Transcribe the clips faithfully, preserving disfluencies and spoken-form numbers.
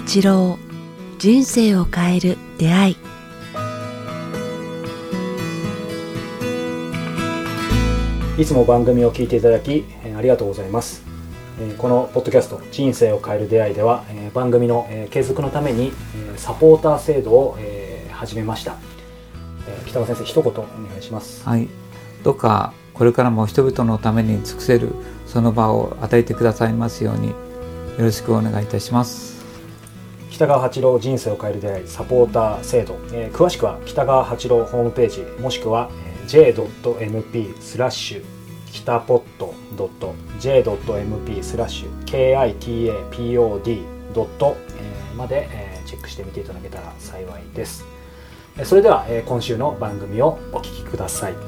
八郎、人生を変える出会い。 いつも番組を聞いていただきありがとうございます。このポッドキャスト人生を変える出会いでは、番組の継続のためにサポーター制度を始めました。北川先生、一言お願いします。 はい、どうかこれからも人々のために尽くせるその場を与えてくださいますようによろしくお願いいたします。 北川八郎人生を変える出会いサポーター制度、えー、詳しくは北川八郎ホームページもしくは ジェイドットエムピー スラッシュ北ポッド ジェイドットエムピー スラッシュ ケーアイティーエーピーオーディー ドットまで、えー、チェックしてみていただけたら幸いです。それでは、えー、今週の番組をお聞きください。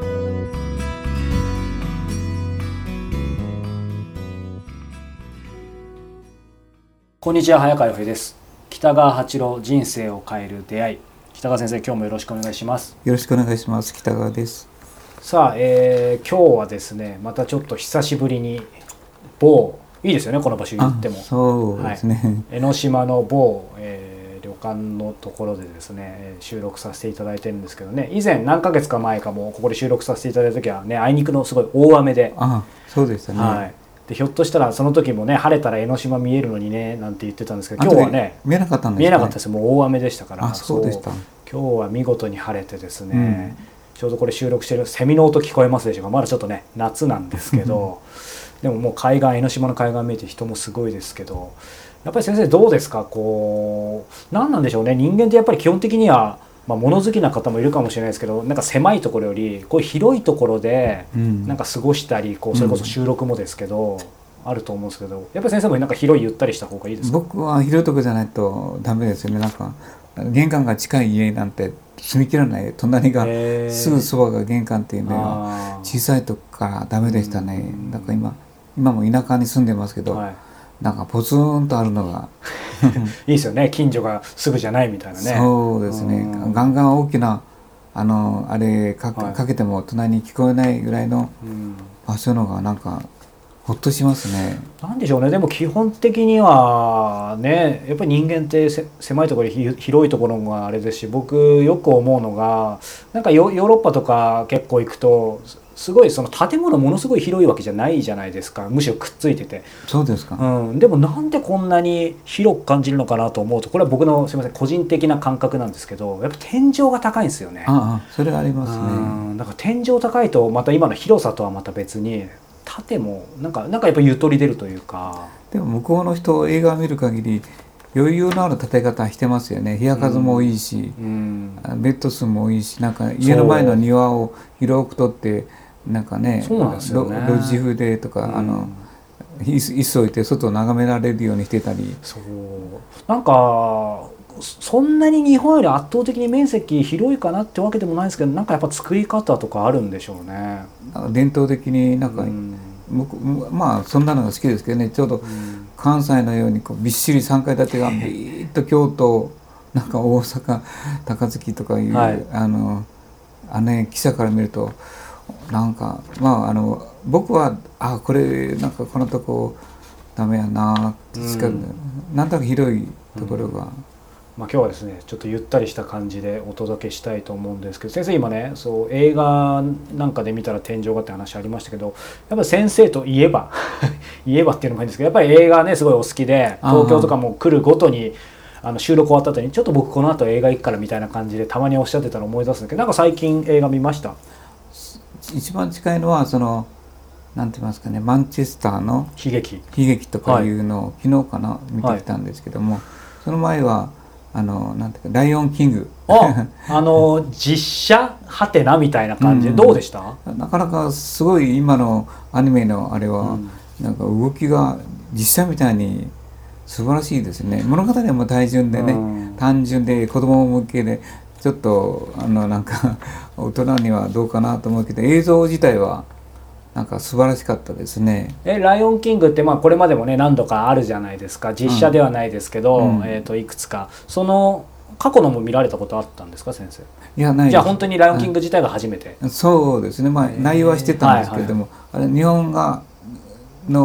こんにちは、早川洋平です。北川八郎人生を変える出会い。北川先生、今日もよろしくお願いします。 よろしくお願いします。北川です。 さあ、えー、今日はですね、またちょっと久しぶりに某、いいですよね、この場所言っても。 そうですね、はい、 江ノ島の某、えー、旅館のところでですね、収録させていただいてるんですけどね、以前何ヶ月か前かもここで収録させていただいた時はね、あいにくのすごい大雨で。 あ、そうでしたね。 はい、でひょっとしたらその時もね、晴れたら江ノ島見えるのにねなんて言ってたんですけど、今日はね見えなかったんですね。 見えなかったです。もう大雨でしたから。 あ、そうでした。 今日は見事に晴れてですね、うん、ちょうどこれ収録してるセミの音聞こえますでしょうか。まだちょっとね夏なんですけどでももう海岸、江ノ島の海岸見えて人もすごいですけど、やっぱり先生どうですか。こう何なんでしょうね、人間ってやっぱり基本的には、まあ、物好きな方もいるかもしれないですけど、なんか狭いところよりこう広いところでなんか過ごしたり、こうそれこそ収録もですけど、うん、あると思うんですけど、やっぱり先生もなんか広いゆったりした方がいいですか。 僕は広いところじゃないとダメですよね。なんか玄関が近い家なんて住みきらない。隣がすぐそばが玄関っていうのは小さいとこからダメでしたね。だから今今も田舎に住んでますけど、はい、なんかポツンとあるのがいいですよね。近所がすぐじゃないみたいなね。 そうですね。ガンガン大きなあのあれ か,、はい、かけても隣に聞こえないぐらいの場所のがなんかほっとしますね。 なんでしょうね。でも基本的にはね、やっぱり人間って狭いところに広いところがあれですし、僕よく思うのが、なんかヨーロッパとか結構行くとすごいその建物ものすごい広いわけじゃないじゃないですか。むしろくっついてて。 そうですか。 うん、でもなんでこんなに広く感じるのかなと思うと、これは僕のすみません個人的な感覚なんですけど、やっぱ天井が高いんですよね。 ああ、それがありますね。 うん、だから天井高いとまた今の広さとはまた別に縦もなんかなんかやっぱゆとり出るというか。 でも向こうの人映画を見る限り余裕のある建て方してますよね。部屋数も多いし、うんうん、ベッド数も多いし、なんか家の前の庭を広く取ってなんかね、 そうなんですよね、 ロッジ風でとか、うん、あの椅子置いて外を眺められるようにしてたり。 そうなんかそんなに日本より圧倒的に面積広いかなってわけでもないですけど、なんかやっぱ作り方とかあるんでしょうね。 なんか伝統的になんか、うん、まあそんなのが好きですけどね。ちょうど関西のようにこうびっしりさんかい建てがビーッと京都なんか大阪高槻とかいう、はい、あのあの記者から見るとなんかまああの僕はあこれなんかこのとこダメやなってしか、うん、なんとなく広いところが、うん、 まあ、今日はですねちょっとゆったりした感じでお届けしたいと思うんですけど、先生今ねそう映画なんかで見たら天井がって話ありましたけど、やっぱ先生といえば言えばっていうのもいいんですけど、やっぱり映画ねすごいお好きで、東京とかも来るごとにあの収録終わった後にちょっと僕この後映画行くからみたいな感じでたまにおっしゃってたのを思い出すんですけど、なんか最近映画見ました？ 一番近いのはそのなんて言いますかね、マンチェスターの悲劇悲劇とかいうのを、はい、昨日かな見てきたんですけども、はい、その前はあのなんていうかライオンキングあ, あの実写ハテナみたいな感じで、うん、どうでした？ なかなかすごい今のアニメのあれは、うん、なんか動きが実写みたいに素晴らしいですね。物語も単純でね、うん、単純で子供向けでちょっとあのなんか大人にはどうかなと思うけど、映像自体はなんか素晴らしかったですね。 えライオンキングってまあこれまでもね何度かあるじゃないですか。実写ではないですけど、うんえー、といくつかその過去のも見られたことあったんですか先生？ いやないです。 じゃあ本当にライオンキング自体が初めて？ そうですね。まあ内容はしてたんですけれども、あれ日本がの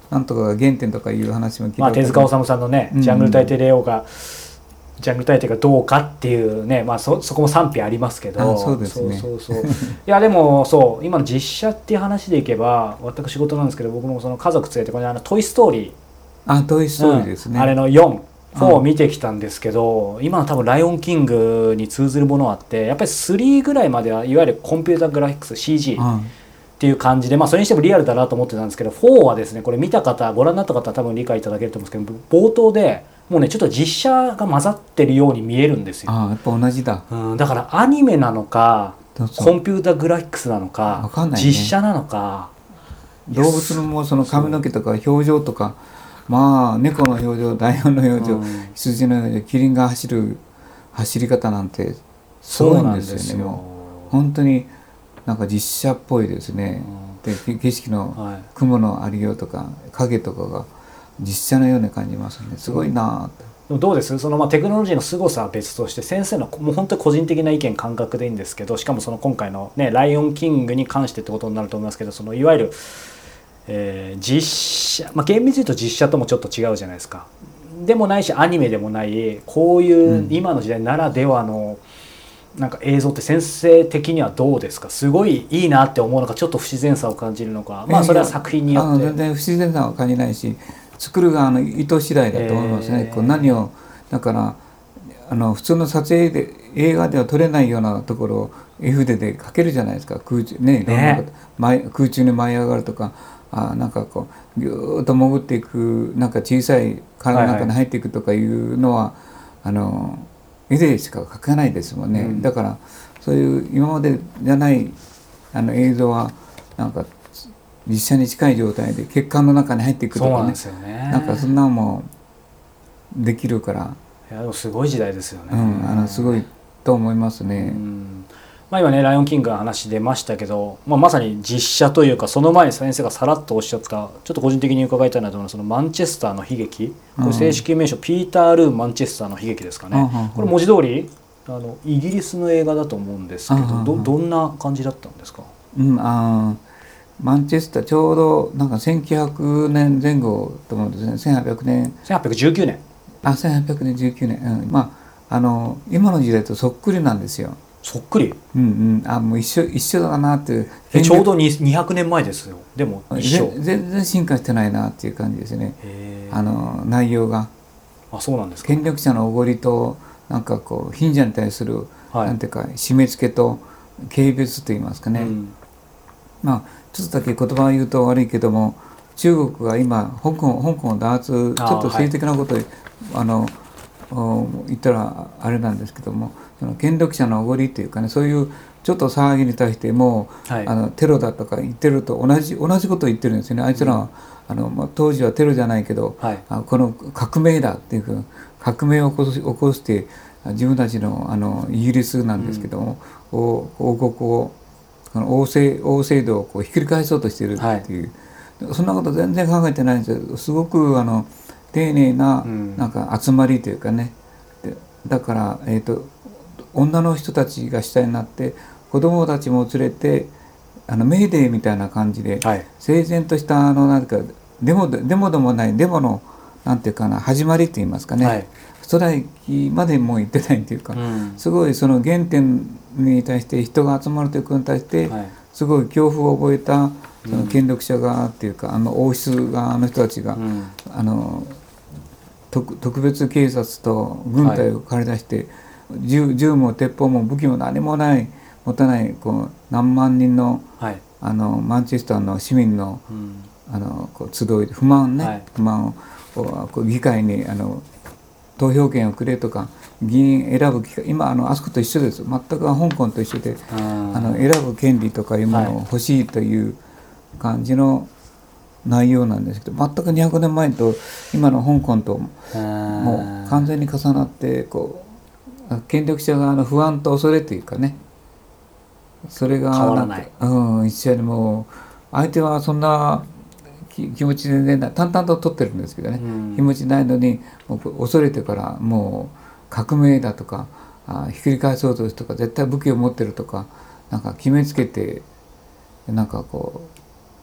なんとかが原点とかいう話も聞いた、 まあ、手塚治虫さんのね、ジャングル大帝レオが、うん、ジャングル大帝がどうかっていうね、まあ、そ, そこも賛否ありますけど、 そうですね、 そうそうそういやでもそう今の実写っていう話でいけば私事なんですけど、僕もその家族連れてこのあのトイストーリー、 あトイストーリーですね、 うん、あれのよん、フォーを見てきたんですけど、今の多分ライオンキングに通ずるものがあって、やっぱりスリーぐらいまではいわゆるコンピューターグラフィックス シージー、うんっていう感じで、まあそれにしてもリアルだなと思ってたんですけど、フォーはですね、これ見た方ご覧になった方は多分理解いただけると思うんですけど、冒頭でもうねちょっと実写が混ざってるように見えるんですよ。 ああやっぱ同じだ、 うん、だからアニメなのかコンピューターグラフィックスなのか、わかんないね、実写なのか、 動物のもその髪の毛とか表情とか、まあ猫の表情、ライオンの表情、うん、羊の表情、キリンが走る走り方なんてすごいんですよね。そうなんですよ。もう本当になんか実写っぽいですね、うん、で景色の雲のありようとか影とかが実写のように感じますね。すごいなぁ。どうですその、まあ、テクノロジーの凄さは別として、先生のもう本当に個人的な意見感覚でいいんですけど、しかもその今回の、ね「ライオンキング」に関してってことになると思いますけど、そのいわゆる、えー、実写、まあ、厳密に言うと実写ともちょっと違うじゃないですか。でもないしアニメでもない、こういう今の時代ならではの、うん、なんか映像って先生的にはどうですか？すごいいいなって思うのか、ちょっと不自然さを感じるのか、まあそれは作品によって。あの全然不自然さは感じないし、作る側の意図次第だと思いますね。えー、こう何をだからあの普通の撮影で映画では撮れないようなところを絵筆で描けるじゃないですか。空中ね、ね空中に舞い上がるとか、あなんかこうぎゅーっと潜っていく、なんか小さい体の中に入っていくとかいうのは、はいはい、あの絵でしか描かないですもんね。うん、だからそういう今までじゃないあの映像はなんか実写に近い状態で血管の中に入っていくとか ね, そうなんですよね。 なんかそんなのもできるから、 いやでもすごい時代ですよね。 うん、あのすごいと思いますね。 うん、まあ、今ね「ライオンキング」の話出ましたけど、まあ、まさに実写というか、その前に先生がさらっとおっしゃった、ちょっと個人的に伺いたいなと思うのは、そのマンチェスターの悲劇、これ正式名称、うん、ピーター・ルー・マンチェスターの悲劇ですかね。うん、これ文字通りあのイギリスの映画だと思うんですけど、うん、ど, どんな感じだったんですか？ うん、あマンチェスターちょうどなんかせんきゅうひゃくねんぜん後と思うんですね。せんはっぴゃくねんせんはっぴゃくじゅうきゅうねんあせんはっぴゃくじゅうきゅうねん、うん、まああの今の時代とそっくりなんですよ。 そっくり、 うんうん、あもう一緒一緒だなっていう。 えちょうどにひゃくねんまえですよ。でも一緒。 全然進化してないなっていう感じですね。あの内容が。 あ、そうなんですか。 権力者のおごりとなんかこう貧者に対する、はい、なんていうか締め付けと軽蔑といいますかね、うん、まあちょっとだけ言葉を言うと悪いけども、中国が今香港香港を弾圧、ちょっと政治的なことを、はい、あの言ったらあれなんですけども、その権力者のおごりというかね、そういうちょっと騒ぎに対してもう、はい、あのテロだとか言ってると同じ同じことを言ってるんですよね。あいつらは、うん、あのまあ、当時はテロじゃないけど、はい、あこの革命だっていう革命を起こす、起こして自分たち の, あのイギリスなんですけども、うん、王国を王制王制度をこうひっくり返そうとしているっていう、はい、そんなこと全然考えてないんですよ。すごくあの丁寧な、なんか集まりというかね、でだから、えーと、女の人たちが主体になって子供たちも連れてあのメーデーみたいな感じで、はい、整然としたあのなんかデモデモでもないデモのなんていうかな始まりといいますかね、はい、ストライキまでもう行ってないというか、うん、すごいその原点に対して人が集まるということに対してすごい恐怖を覚えたその権力者側っていうか、あの王室側の人たちが、うん、あの 特, 特別警察と軍隊を駆り出して、はい、銃, 銃も鉄砲も武器も何もない持たないこう何万人 の,、はい、あのマンチェスターの市民 の,、うん、あのこう集い不満ね、はい、不満をこう議会にあの投票権をくれとか議員選ぶ機会、今あのあそこと一緒です。全く香港と一緒で、あの選ぶ権利とかいうものを欲しいという感じの内容なんですけど、全くにひゃくねんまえと今の香港ともう完全に重なって、こう権力者側の不安と恐れというかね、それが変わらない、 うん、一緒にもう相手はそんな気持ちで、ね、淡々と取ってるんですけどね、うん、気持ちないのにもう恐れてからもう革命だとかあひっくり返そうとするとか絶対武器を持ってるとかなんか決めつけてなんかこう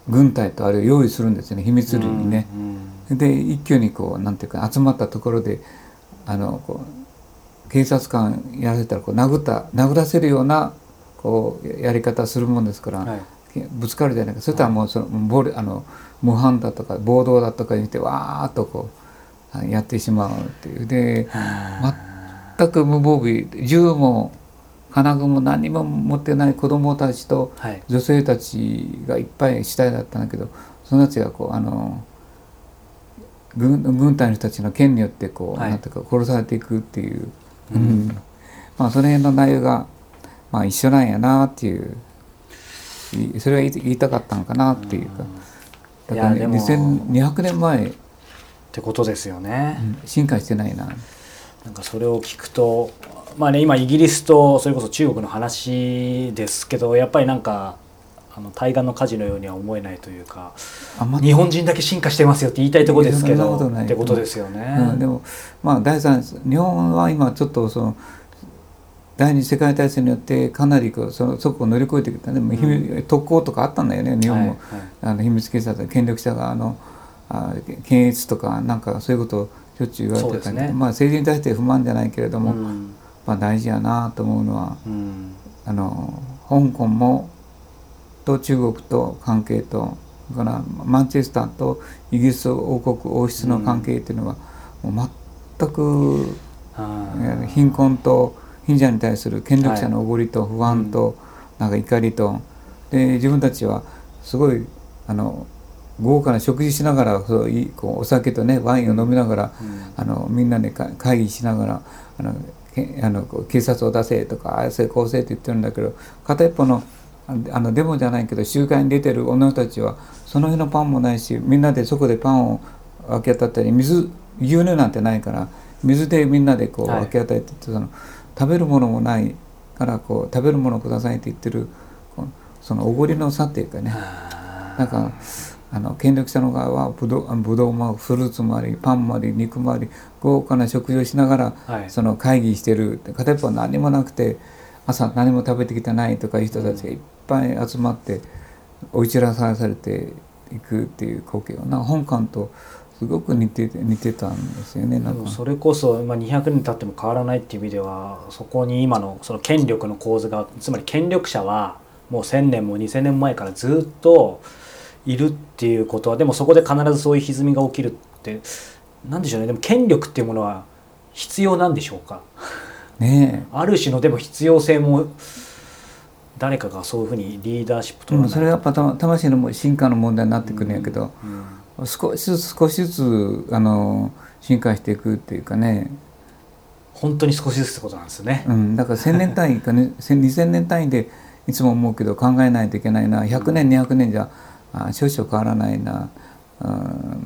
軍隊とあれを用意するんですよね、秘密裏にね。 うん、 で一挙にこうなんていうか集まったところであのこう警察官やらせたらこう殴った殴らせるようなこうやり方するもんですから、はい、ぶつかるじゃないか。そしたらもうその暴力あの無反だとか暴動だとか言ってわーっとこうやってしまうっていうで全く無防備、銃も金具も何も持ってない子供たちと女性たちがいっぱい死体だったんだけど、その人たちがこうあの 軍, 軍隊の人たちの剣によってこう、はい、なんていうか殺されていくっていう、うんうん、まあその辺の内容がまあ一緒なんやなっていう、それは言いたかったのかなっていうか、だから、ね、にせんにひゃくねんまえってことですよね、 うん、進化してないな。 なんかそれを聞くとまあね、今イギリスとそれこそ中国の話ですけど、やっぱりなんかあの対岸の火事のようには思えないというか、ま、日本人だけ進化してますよって言いたいところですけどってことですよね、 うん、でもまあ第三日本は今ちょっとその第二次世界大戦によってかなりこう そ, そこを乗り越えてきたね、うん、特攻とかあったんだよね日本も、はいはい、あの秘密警察権力者があのあ検閲とかなんかそういうことをしょっちゅう言われてたけど、ね、まあ政治に対して不満じゃないけれども、うん、まあ、大事やなと思うのは、うん、あの香港もと中国と関係とからマンチェスターとイギリス王国王室の関係っていうのは、うん、もう全く貧困と貧者に対する権力者のおごりと不安と、はい、なんか怒りとで自分たちはすごいあの豪華な食事しながらそういこうお酒とねワインを飲みながら、うん、あのみんなで会議しながらあのあの警察を出せとかああせこうせって言ってるんだけど、片一方のあのデモじゃないけど集会に出てる女たちはその日のパンもないし、みんなでそこでパンを分け与えたり、水牛乳なんてないから水でみんなでこう分け与えてって、はい、その食べるものもないからこう食べるものをくださいって言ってるそのおごりの差っていうかね、なんかあの権力者の側はブドウ、ブドウもフルーツもありパンもあり肉もあり豪華な食事をしながら、はい、その会議してる。片一方は何もなくて朝何も食べてきてないとかいう人たちがいっぱい集まって追い散らされていくっていう光景はなんか香港とすごく似て似てたんですよね。なんかそれこそ、まあ、にひゃくねん経っても変わらないっていう意味では、そこに今のその権力の構図が、つまり権力者はもうせんねんもにせんねんまえからずっといるっていうことは、でもそこで必ずそういう歪みが起きるってなんでしょうね。でも権力っていうものは必要なんでしょうかね。 ある種のでも必要性も誰かがそういうふうにリーダーシップと、 うん、それはやっぱ魂の進化の問題になってくるんやけど、うんうん、少しずつ少しずつあの進化していくっていうかね。 本当に少しずつってことなんですよね、 うん、だからせんねん単位かねにせんねん単位でいつも思うけど考えないといけないな。ひゃくねんにひゃくねんじゃあ少々変わらないな、うん、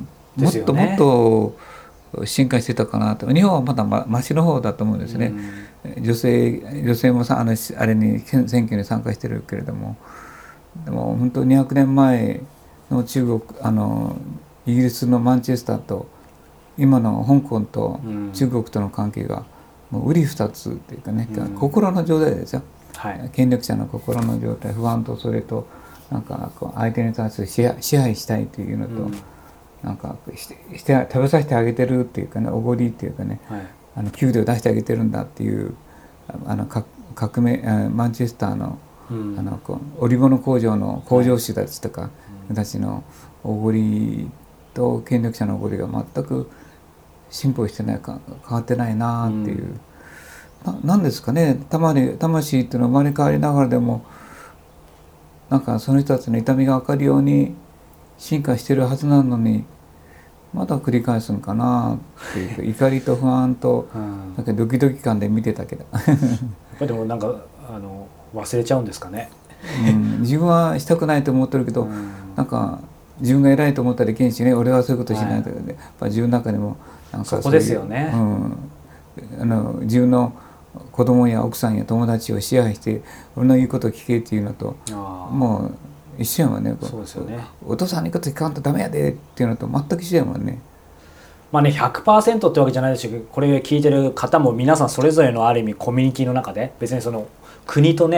もっともっと進化してたかなと。日本はまだマシの方だと思うんですね、うん、女性女性もさあのあれに選挙に参加してるけれども、でも本当にひゃくねんまえの中国あのイギリスのマンチェスターと今の香港と中国との関係がもう瓜二つっていうかね、うん、心の状態ですよ、はい、権力者の心の状態、不安とそれとなんかこう相手に対する支配、支配したいというのと、うん、なんかしてして食べさせてあげてるっていうかね、おごりっていうかね、はい、あの給料出してあげてるんだっていうあの革命マンチェスターの、うん、あのこう織物工場の工場主たちとか、はい、たちのおごりと権力者のおごりが全く進歩してないか変わってないなっていう、うん、な, なんですかね。たまに魂っていうのは生まれ変わりながらでもなんかその人たちの痛みが分かるように進化してるはずなのにまだ繰り返すのかなっていうか怒りと不安と、うん、なんかドキドキ感で見てたけどやっぱりでもなんかあの忘れちゃうんですかね、 うん、自分はしたくないと思ってるけど、うん、なんか自分が偉いと思ったらいけんしね、俺はそういうことしないとかで、はい、やっぱ自分の中にもなんかそういうそこですよね、 うん、あの自分の子供や奥さんや友達を支配して俺の言うことを聞けっていうのともう一緒やもんね。 そうですよね。 お父さんの言うこと聞かんとダメやでっていうのと全く一緒やもんね。 まあね ひゃくパーセント ってわけじゃないですけど、これ聞いてる方も皆さんそれぞれのある意味コミュニティの中で別にその国とね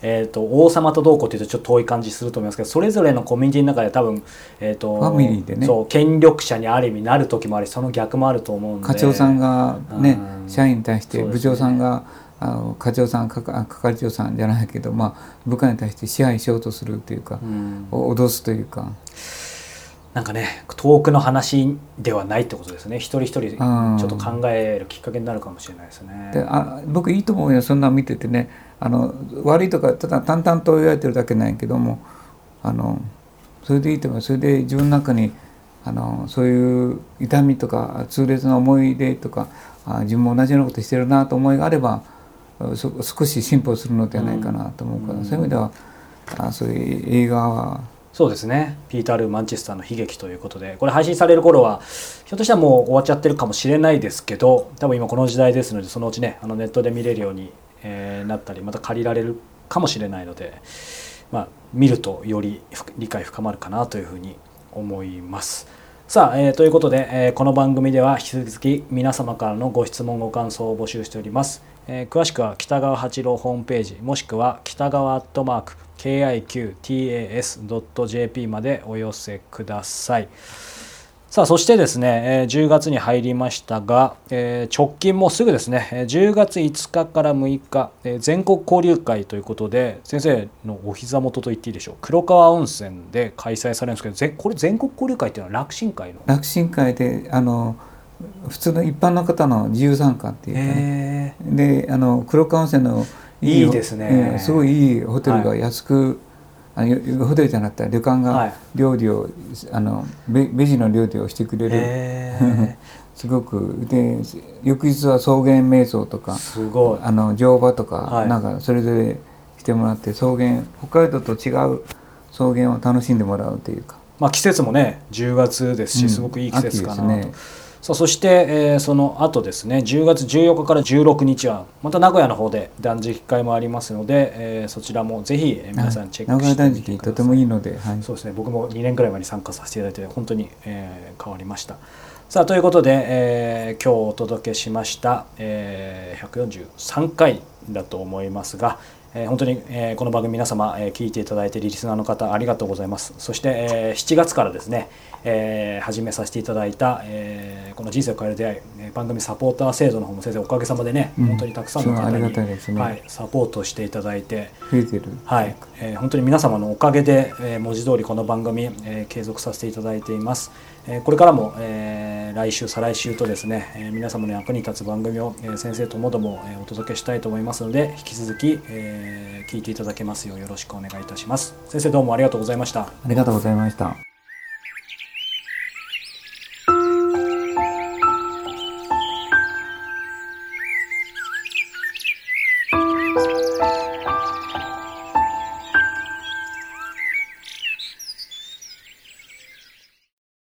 えー、と王様とどうこうっていうとちょっと遠い感じすると思いますけど、それぞれのコミュニティの中で多分、えー、とファミリーでね、 そう権力者にある意味なる時もあり、その逆もあると思うんで、 課長さんがね、 うん社員に対してそうですね部長さんがあの課長さん、係係長さんじゃないけど、まあ、部下に対して支配しようとするというか、 うん脅すというか、 なんかね遠くの話ではないってことですね。一人一人ちうんょっと考えるきっかけになるかもしれないですね。 であ僕いいと思うよ、そんなの見ててね。あの悪いとかただ淡々と言われてるだけなんやけども、あのそれでいいと思う。それで自分の中にあのそういう痛みとか痛烈な思い出とか、あ自分も同じようなことしてるなと思いがあれば、そ少し進歩するのではないかなと思うから、うん、そういう意味ではあそういう映画はそうですね。ピーター・ルー・マンチェスターの悲劇ということで、これ配信される頃はひょっとしたらもう終わっちゃってるかもしれないですけど、多分今この時代ですので、そのうちねあのネットで見れるように、えー、なったりまた借りられるかもしれないので、まあ、見るとより理解深まるかなというふうに思います。さあ、えー、ということで、えー、この番組では引き続き皆様からのご質問ご感想を募集しております。えー、詳しくは北川八郎ホームページ、もしくは北川アットマーク ケーアイキューティーエーエスドットジェーピー までお寄せください。さあそしてですね、じゅうがつに入りましたが、直近もすぐですね、じゅうがついつかからむいか、全国交流会ということで、先生のお膝元と言っていいでしょう、黒川温泉で開催されるんですけど、これ全国交流会っていうのは楽神会の楽神会で、あの普通の一般の方の自由参加っていうかね、であの黒川温泉のいい、 いいですね、 すごいいいホテルが安く、はいあのホテルじゃなくて旅館が料理を、はい、あのベベジの料理をしてくれるすごくで翌日は草原瞑想とかすごいあの乗馬とか、 はい、 なんかそれぞれしてもらって草原北海道と違う草原を楽しんでもらうというか、 まあ、季節もねじゅうがつですし、うん、すごくいい季節かなと、ね、さあそして、えー、その後ですねじゅうがつじゅうよっかからじゅうろくにちはまた名古屋の方で断食会もありますので、えー、そちらもぜひ皆さんチェックしてみてください。名古屋断食とてもいいので、はい、そうですね、僕もにねんくらい前に参加させていただいて本当に、えー、変わりました。さあということで、えー、今日お届けしました、えー、ひゃくよんじゅうさんかいだと思いますが、えー、本当に、えー、この番組皆様、えー、聞いていただいているリスナーの方ありがとうございます。そして、えー、しちがつからですね、えー、始めさせていただいた、えー、この人生を変える出会い、えー、番組サポーター制度の方も先生おかげさまでね、うん、本当にたくさんの方に、ねはい、サポートしていただいて増えてる、 はいえー、本当に皆様のおかげで、えー、文字通りこの番組、えー、継続させていただいています。えー、これからも、えー、来週再来週とですね、えー、皆様の役に立つ番組を、えー、先生ともども、えー、お届けしたいと思いますので引き続き、えー、聞いていただけますようよろしくお願いいたします。先生どうもありがとうございました。 ありがとうございました。